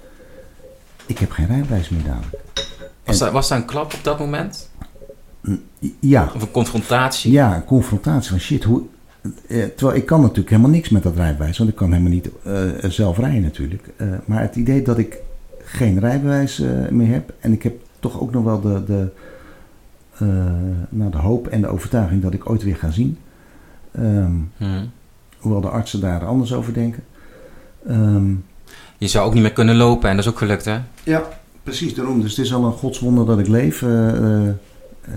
ik heb geen rijbewijs meer dadelijk. Was dat, was dat een klap op dat moment? Ja. Of een confrontatie? Ja, een confrontatie van shit. Hoe, eh, terwijl ik kan natuurlijk helemaal niks met dat rijbewijs. Want ik kan helemaal niet uh, zelf rijden natuurlijk. Uh, maar het idee dat ik geen rijbewijs uh, meer heb. En ik heb toch ook nog wel de, de, uh, nou, de hoop en de overtuiging dat ik ooit weer ga zien. Um, hmm. Hoewel de artsen daar anders over denken. Um, Je zou ook niet meer kunnen lopen en dat is ook gelukt, hè? Ja, precies daarom. Dus het is al een godswonder dat ik leef. Uh, uh, uh,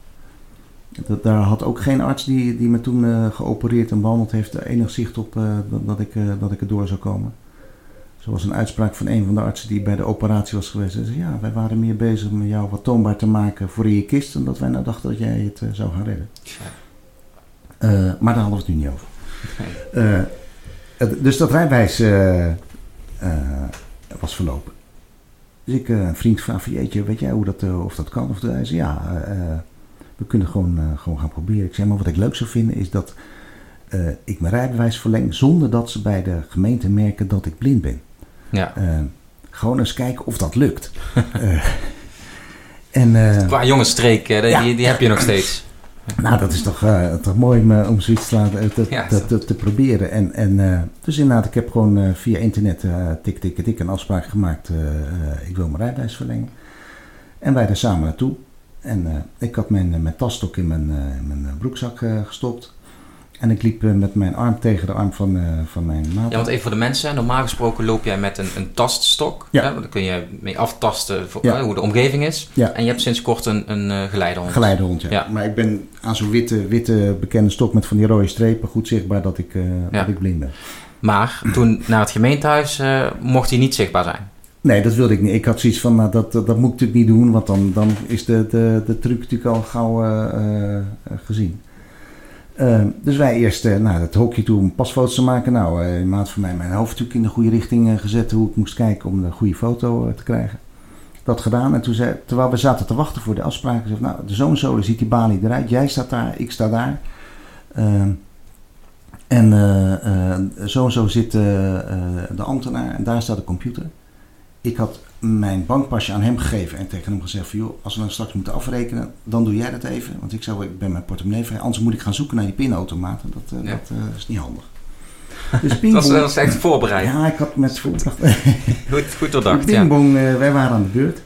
dat, daar had ook geen arts die, die me toen uh, geopereerd en behandeld heeft enig zicht op uh, dat, dat, ik, uh, dat ik er door zou komen. Zo was een uitspraak van een van de artsen die bij de operatie was geweest. Hij zei, ja, wij waren meer bezig met jou wat toonbaar te maken voor in je kist, dan dat wij nou dachten dat jij het uh, zou gaan redden. Ja. Uh, maar daar hadden we het nu niet over. Nee. Uh, uh, dus dat rijbewijs uh, uh, was verlopen. Dus ik, uh, een vriend vraag van jeetje, weet jij hoe dat, uh, of dat kan? Of hij zei, ja, uh, we kunnen gewoon, uh, gewoon gaan proberen. Ik zei, maar wat ik leuk zou vinden is dat uh, ik mijn rijbewijs verleng zonder dat ze bij de gemeente merken dat ik blind ben. Ja. Uh, gewoon eens kijken of dat lukt. uh, en, uh, Qua jongensstreek, die, ja, die, die heb je nog steeds. Nou, dat is toch, uh, toch mooi om, om zoiets te, laten, te, ja, te, te, te proberen. En, en, uh, dus inderdaad, ik heb gewoon uh, via internet uh, tik, tik, tik een afspraak gemaakt. Uh, uh, ik wil mijn rijbewijs verlengen. En wij daar samen naartoe. En uh, ik had mijn, mijn tasstok in mijn, uh, in mijn broekzak uh, gestopt. En ik liep uh, met mijn arm tegen de arm van, uh, van mijn maat. Ja, want even voor de mensen. Normaal gesproken loop jij met een, een taststok. Ja. Hè? Daar kun je mee aftasten voor, ja. hè, hoe de omgeving is. Ja. En je hebt sinds kort een, een uh, geleidehond. Geleidehond, ja. ja. Maar ik ben aan zo'n witte, witte bekende stok met van die rode strepen goed zichtbaar dat ik, uh, ja. dat ik blind ben. Maar toen naar het gemeentehuis uh, mocht hij niet zichtbaar zijn. Nee, dat wilde ik niet. Ik had zoiets van, nou, dat, dat, dat moet ik natuurlijk niet doen. Want dan, dan is de, de, de truc natuurlijk al gauw uh, uh, gezien. Uh, dus wij eerst uh, naar het hokje toe om pasfoto's te maken. Nou, uh, een maat van mij mijn hoofd natuurlijk in de goede richting uh, gezet. Hoe ik moest kijken om de goede foto uh, te krijgen. Dat gedaan. En toen zei, terwijl we zaten te wachten voor de afspraken. Zei, nou, de zo en zo ziet die balie eruit. Jij staat daar, ik sta daar. Uh, en uh, uh, zo en zo zit uh, uh, de ambtenaar. En daar staat de computer. Ik had mijn bankpasje aan hem gegeven en tegen hem gezegd van joh, als we dan straks moeten afrekenen, dan doe jij dat even. Want ik zou, ik ben mijn portemonnee vrij, anders moet ik gaan zoeken naar die pinautomaten. Dat, uh, ja. dat uh, is niet handig. Dus dat, was, dat was echt voorbereid. Ja, ik had met voorbedacht. goed, goed doordacht, Pingbong, ja. uh, wij waren aan de beurt.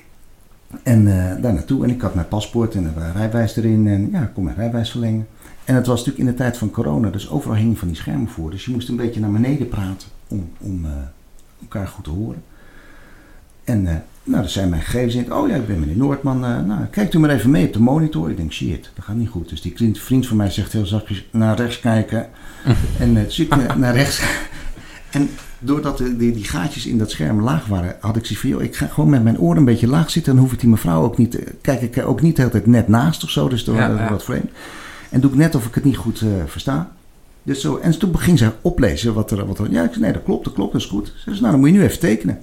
En uh, daar naartoe. En ik had mijn paspoort en een rijbewijs erin. En ja, ik kon mijn rijbewijs verlengen. En het was natuurlijk in de tijd van corona, dus overal hingen van die schermen voor. Dus je moest een beetje naar beneden praten om, om uh, elkaar goed te horen. En uh, nou, dat zijn mijn gegevens in. Oh ja, ik ben meneer Noordman. Uh, nou, kijkt u maar even mee op de monitor. Ik denk, shit, dat gaat niet goed. Dus die vriend, vriend van mij zegt heel zachtjes naar rechts kijken. en uh, dus ik uh, naar rechts. En doordat de, die, die gaatjes in dat scherm laag waren, had ik zoiets van, joh, ik ga gewoon met mijn oren een beetje laag zitten. Dan hoef ik die mevrouw ook niet, kijk ik ook niet de hele tijd net naast of zo. Dus dat ja, ja. wat vreemd. En doe ik net of ik het niet goed uh, versta. Dus zo, en toen ging zij oplezen wat er, wat er. Ja, ik zei, nee, dat klopt, dat klopt, dat is goed. Ze zei, nou, dan moet je nu even tekenen.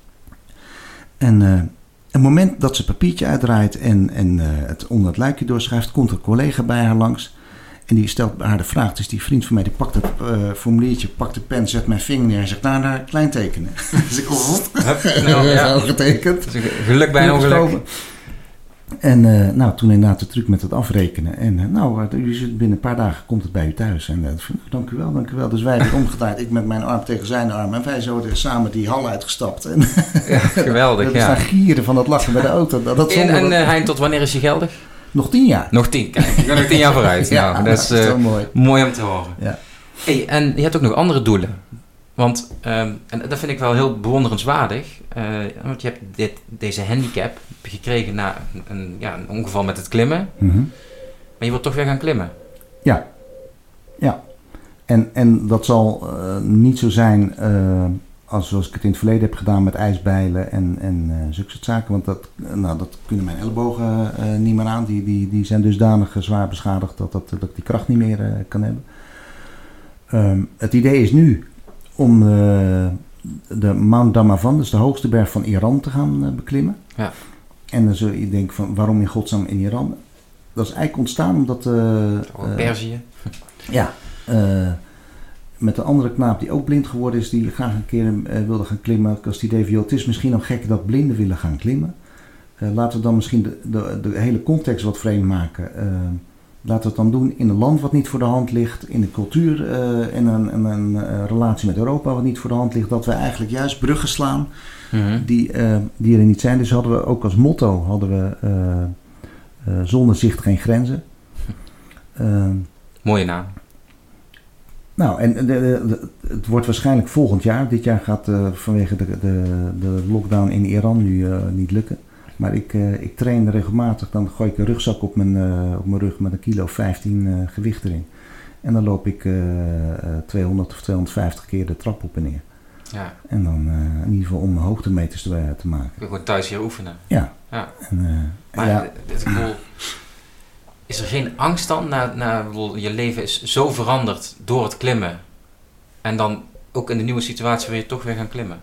En uh, het moment dat ze het papiertje uitdraait en, en uh, het onder het luikje doorschrijft, komt er een collega bij haar langs. En die stelt bij haar de vraag. Dus die vriend van mij die pakt het uh, formuliertje, pakt de pen, zet mijn vinger neer en zegt, nou, daar klein tekenen. Dus ik heb nou, ja. getekend. Geluk bij een ongeluk. En uh, nou, toen inderdaad de truc met het afrekenen. En uh, nou, uh, binnen een paar dagen komt het bij u thuis. En uh, dank u wel, dank u wel. Dus wij hebben omgedraaid. Ik met mijn arm tegen zijn arm. En wij zo samen die hal uitgestapt. En ja, geweldig, we ja. staan gieren van het lachen bij de auto. Dat, dat en en dat... uh, Hein, tot wanneer is je geldig? Nog tien jaar. Nog tien, kijk. Ik ga nog tien jaar vooruit. ja, nou, dat is, uh, dat is zo mooi. mooi om te horen. Ja. Hey, en je hebt ook nog andere doelen. Want, um, en dat vind ik wel heel bewonderenswaardig. Uh, want je hebt dit, deze handicap gekregen na een, ja, een ongeval met het klimmen. Mm-hmm. Maar je wilt toch weer gaan klimmen. Ja, ja. En, en dat zal uh, niet zo zijn uh, als zoals ik het in het verleden heb gedaan met ijsbijlen en, en uh, zulke soort zaken. Want dat, nou, dat kunnen mijn ellebogen uh, niet meer aan. Die, die, die zijn dusdanig zwaar beschadigd dat, dat, dat ik die kracht niet meer uh, kan hebben. Um, het idee is nu om uh, de Mount Damavand, dus de hoogste berg van Iran, te gaan uh, beklimmen. Ja. En dan zul je denken van waarom in godsnaam in Iran? Dat is eigenlijk ontstaan omdat... Uh, oh, Perzië. Uh, ja. Uh, met een andere knaap die ook blind geworden is, die graag een keer uh, wilde gaan klimmen. Ik was het idee van, joh, het is misschien nog gek dat blinden willen gaan klimmen. Uh, laten we dan misschien de, de, de hele context wat vreemd maken. Uh, laten we het dan doen in een land wat niet voor de hand ligt, in een cultuur uh, en een, een, een uh, relatie met Europa wat niet voor de hand ligt. Dat we eigenlijk juist bruggen slaan mm-hmm. die, uh, die er niet zijn. Dus hadden we ook als motto, hadden we uh, uh, zonder zicht geen grenzen. Uh, Mooie naam. Nou, en de, de, de, het wordt waarschijnlijk volgend jaar. Dit jaar gaat uh, vanwege de, de, de lockdown in Iran nu uh, niet lukken. Maar ik, uh, ik train regelmatig. Dan gooi ik een rugzak op mijn, uh, op mijn rug met een kilo vijftien uh, gewicht erin. En dan loop ik uh, tweehonderd of tweehonderdvijftig keer de trap op en neer. Ja. En dan uh, in ieder geval om hoogtemeters te, te maken. Je gewoon thuis hier oefenen. Ja. ja. En, uh, maar ja. dit gevoel... Is er geen angst dan? Na, na, je leven is zo veranderd door het klimmen. En dan ook in de nieuwe situatie wil je toch weer gaan klimmen?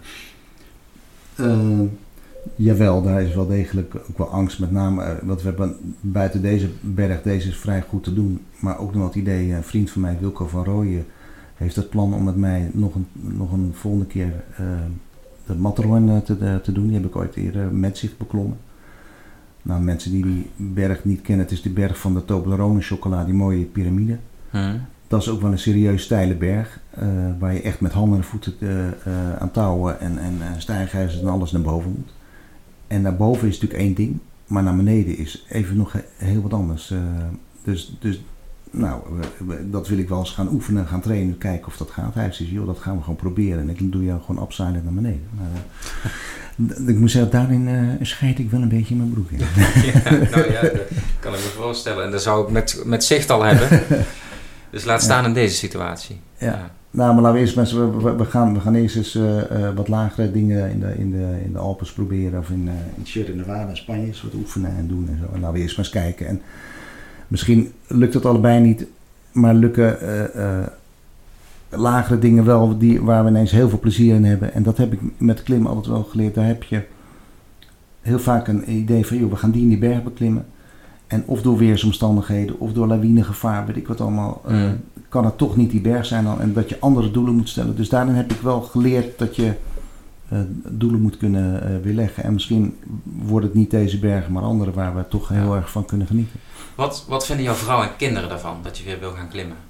Uh, jawel, daar is wel degelijk ook wel angst. Met name, uh, want we hebben buiten deze berg, deze is vrij goed te doen. Maar ook nog het idee, een vriend van mij, Wilco van Rooyen, heeft het plan om met mij nog een, nog een volgende keer uh, de Matterhorn te, de, te doen. Die heb ik ooit eerder met zich beklommen. Nou, mensen die die berg niet kennen, het is de berg van de Toblerone chocola, die mooie piramide. Hmm. Dat is ook wel een serieus steile berg, uh, waar je echt met handen en voeten uh, uh, aan touwen en, en uh, stijgijzers en alles naar boven moet. En daarboven is natuurlijk één ding, maar naar beneden is even nog heel wat anders. Uh, dus, dus, nou, we, we, dat wil ik wel eens gaan oefenen, gaan trainen, kijken of dat gaat. Hij heeft joh, dat gaan we gewoon proberen. En ik doe jou gewoon upside naar beneden. Maar, uh, ik moet zeggen, daarin uh, scheid ik wel een beetje in mijn broek in. Ja, nou ja, dat kan ik me voorstellen. En dat zou ik met, met zicht al hebben. Dus laat staan ja. in deze situatie. Ja. ja. Nou, maar laten we eerst mensen, we, we, gaan, we gaan eerst eens uh, uh, wat lagere dingen in de, in de, in de Alpes proberen. Of in, uh, in Sierra Nevada, Spanje, eens wat oefenen en doen en zo. En laten we eerst maar eens kijken. En misschien lukt het allebei niet, maar lukken uh, uh, lagere dingen wel die, waar we ineens heel veel plezier in hebben. En dat heb ik met klimmen altijd wel geleerd. Daar heb je heel vaak een idee van, joh, we gaan die in die berg beklimmen. En of door weersomstandigheden, of door lawinegevaar, weet ik wat allemaal, mm. uh, kan het toch niet die berg zijn dan, en dat je andere doelen moet stellen. Dus daarin heb ik wel geleerd dat je uh, doelen moet kunnen uh, weerleggen. En misschien wordt het niet deze bergen, maar andere waar we toch heel ja. erg van kunnen genieten. Wat, wat vinden jouw vrouw en kinderen daarvan, dat je weer wil gaan klimmen?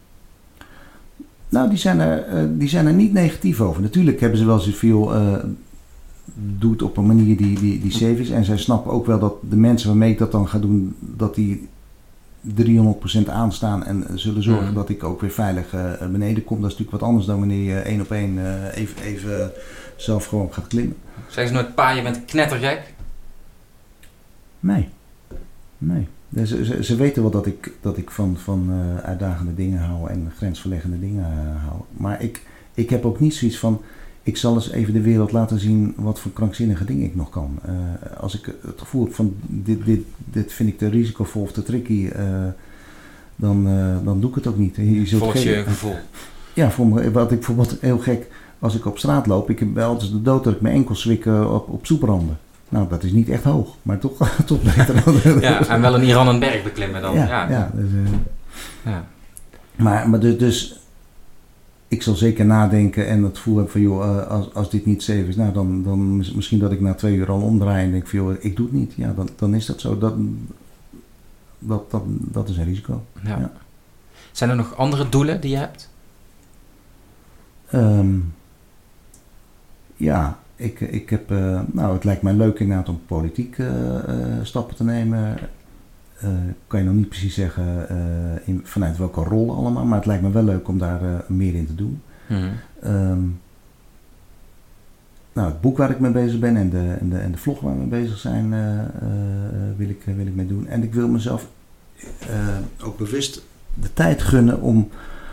Nou, die zijn er, uh, die zijn er niet negatief over. Natuurlijk hebben ze wel zoveel... Uh, doet op een manier die, die, die safe is. En zij snappen ook wel dat de mensen waarmee ik dat dan ga doen, dat die driehonderd procent aanstaan en zullen zorgen mm. dat ik ook weer veilig uh, beneden kom. Dat is natuurlijk wat anders dan wanneer je één op één uh, even, even zelf gewoon gaat klimmen. Zeggen ze nooit, pa, je bent knettergek? Nee. Nee. Ze, ze, ze weten wel dat ik, dat ik van, van uh, uitdagende dingen hou en grensverleggende dingen uh, hou. Maar ik, ik heb ook niet zoiets van, ik zal eens even de wereld laten zien wat voor krankzinnige dingen ik nog kan. Uh, als ik het gevoel heb van dit, dit, dit vind ik te risicovol of te tricky, uh, dan, uh, dan doe ik het ook niet. Je zult Volgens je geen, gevoel? Ja, voor me, wat ik bijvoorbeeld heel gek, als ik op straat loop, ik heb wel altijd de dood dat ik mijn enkels zwik uh, op, op soepranden. Nou, dat is niet echt hoog, maar toch, toch beter dan... Ja, en wel in Iran een berg beklimmen dan. Ja, ja. ja, dus, uh, ja. Maar, maar dus... dus ik zal zeker nadenken en het gevoel heb van, joh, als, als dit niet safe is, nou dan, dan misschien dat ik na twee uur al omdraai en denk van, joh, ik doe het niet. Ja, dan, dan is dat zo. Dat, dat, dat, dat is een risico. Ja. Ja. Zijn er nog andere doelen die je hebt? Um, ja, ik, ik heb, uh, nou, het lijkt mij leuk inderdaad om politiek uh, uh, stappen te nemen. Uh, kan je nog niet precies zeggen uh, in, vanuit welke rol allemaal, maar het lijkt me wel leuk om daar uh, meer in te doen. Mm-hmm. Um, nou, het boek waar ik mee bezig ben en de, en de, en de vlog waar we mee bezig zijn, uh, uh, wil, ik, uh, wil ik mee doen. En ik wil mezelf uh, ook bewust de tijd gunnen om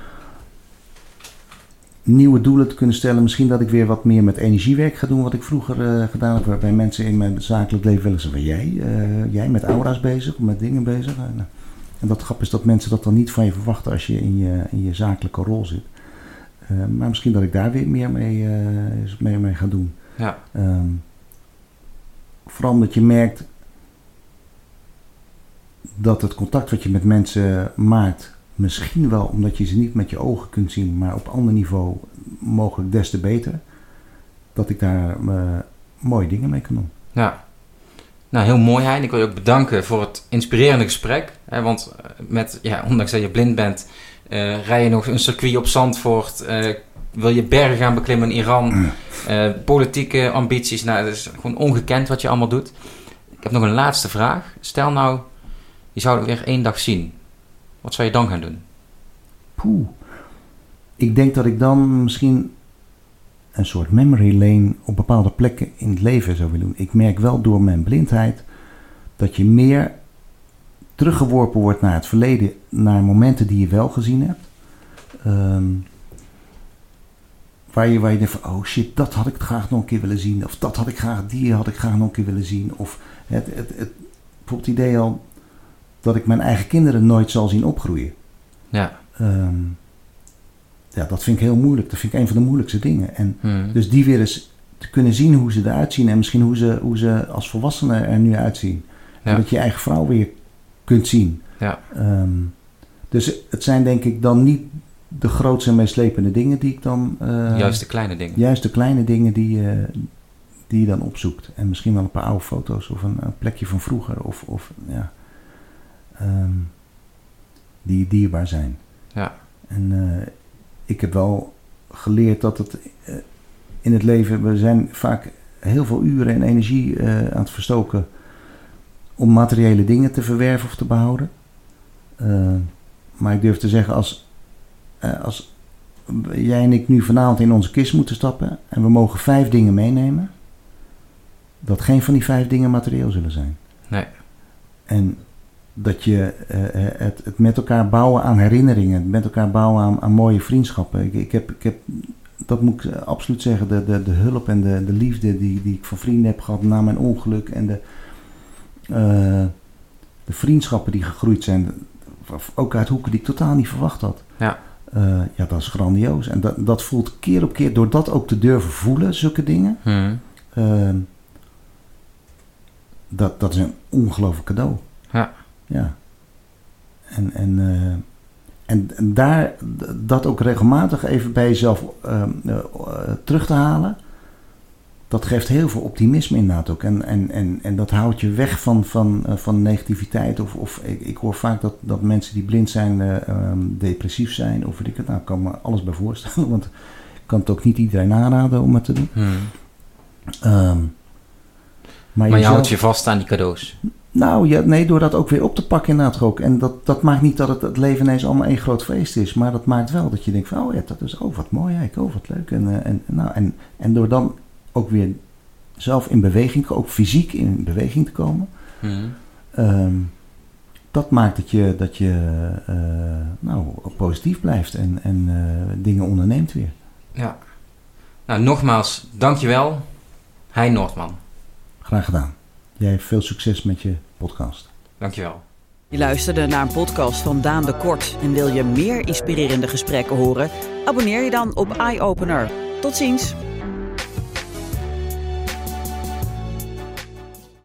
nieuwe doelen te kunnen stellen. Misschien dat ik weer wat meer met energiewerk ga doen, wat ik vroeger uh, gedaan heb. Waarbij mensen in mijn zakelijk leven willen zeggen, jij, uh, jij met aura's bezig, of met dingen bezig. Uh, nou. En dat grap is dat mensen dat dan niet van je verwachten als je in je, in je zakelijke rol zit. Uh, maar misschien dat ik daar weer meer mee, uh, mee, mee ga doen. Ja. Um, vooral omdat je merkt dat het contact wat je met mensen maakt, misschien wel omdat je ze niet met je ogen kunt zien, maar op ander niveau mogelijk des te beter, dat ik daar uh, mooie dingen mee kan doen. Ja. Nou, heel mooi, Hein. Ik wil je ook bedanken voor het inspirerende gesprek. Hè, want met, ja, ondanks dat je blind bent, uh, rij je nog een circuit op Zandvoort, uh, wil je bergen gaan beklimmen in Iran, uh, politieke ambities. Nou, het is gewoon ongekend wat je allemaal doet. Ik heb nog een laatste vraag. Stel nou, je zou het weer één dag zien. Wat zou je dan gaan doen? Poeh. Ik denk dat ik dan misschien een soort memory lane op bepaalde plekken in het leven zou willen doen. Ik merk wel door mijn blindheid dat je meer teruggeworpen wordt naar het verleden, naar momenten die je wel gezien hebt. Um, waar, je, waar je denkt van, oh shit, dat had ik graag nog een keer willen zien. Of dat had ik graag, die had ik graag nog een keer willen zien. Of het, het, het, bijvoorbeeld het idee al dat ik mijn eigen kinderen nooit zal zien opgroeien. Ja. Um, ja, dat vind ik heel moeilijk. Dat vind ik een van de moeilijkste dingen. En hmm. dus die weer eens te kunnen zien hoe ze eruit zien en misschien hoe ze, hoe ze als volwassenen er nu uitzien. Ja. En dat je je eigen vrouw weer kunt zien. Ja. Um, dus het zijn denk ik dan niet de grootste en meeslepende dingen die ik dan... Uh, juist de kleine dingen. Juist de kleine dingen die, uh, die je dan opzoekt. En misschien wel een paar oude foto's of een, een plekje van vroeger. Of, of ja, um, die dierbaar zijn. Ja. En uh, ik heb wel geleerd dat het uh, in het leven... We zijn vaak heel veel uren en energie uh, aan het verstoken om materiële dingen te verwerven of te behouden. Uh, maar ik durf te zeggen, als, uh, als jij en ik nu vanavond in onze kist moeten stappen en we mogen vijf dingen meenemen, dat geen van die vijf dingen materieel zullen zijn. Nee. En dat je uh, het, het met elkaar bouwen aan herinneringen, het met elkaar bouwen aan, aan mooie vriendschappen. Ik, ik, heb, ik heb, dat moet ik absoluut zeggen, de, de, de hulp en de, de liefde die, die ik van vrienden heb gehad na mijn ongeluk en de, uh, de vriendschappen die gegroeid zijn, ook uit hoeken die ik totaal niet verwacht had. Ja, uh, ja dat is grandioos. En dat, dat voelt keer op keer, door dat ook te durven voelen, zulke dingen. Hmm. Uh, dat, dat is een ongelooflijk cadeau. Ja. Ja. En, en, uh, en, en daar dat ook regelmatig even bij jezelf uh, uh, terug te halen, dat geeft heel veel optimisme inderdaad ook. En, en, en, en dat houdt je weg van, van, uh, van negativiteit. Of, of ik, ik hoor vaak dat, dat mensen die blind zijn uh, um, depressief zijn. Of weet ik het, nou, ik kan me alles bij voorstellen. Want ik kan het ook niet iedereen aanraden om het te doen. Hmm. Um, maar je, je houdt je vast aan die cadeaus. Nou, ja, nee, door dat ook weer op te pakken inderdaad ook. En dat, dat maakt niet dat het, het leven ineens allemaal één groot feest is. Maar dat maakt wel dat je denkt van, oh ja, dat is, oh wat mooi, ja, oh wat leuk. En, uh, en, nou, en, en door dan ook weer zelf in beweging, ook fysiek in beweging te komen. Mm. Um, dat maakt dat je, dat je uh, nou, positief blijft en, en uh, dingen onderneemt weer. Ja. Nou, nogmaals, dankjewel, Hein Noordman. Graag gedaan. Jij hebt veel succes met je podcast. Dankjewel. Je luisterde naar een podcast van Daan de Kort en wil je meer inspirerende gesprekken horen? Abonneer je dan op Eye Opener. Tot ziens!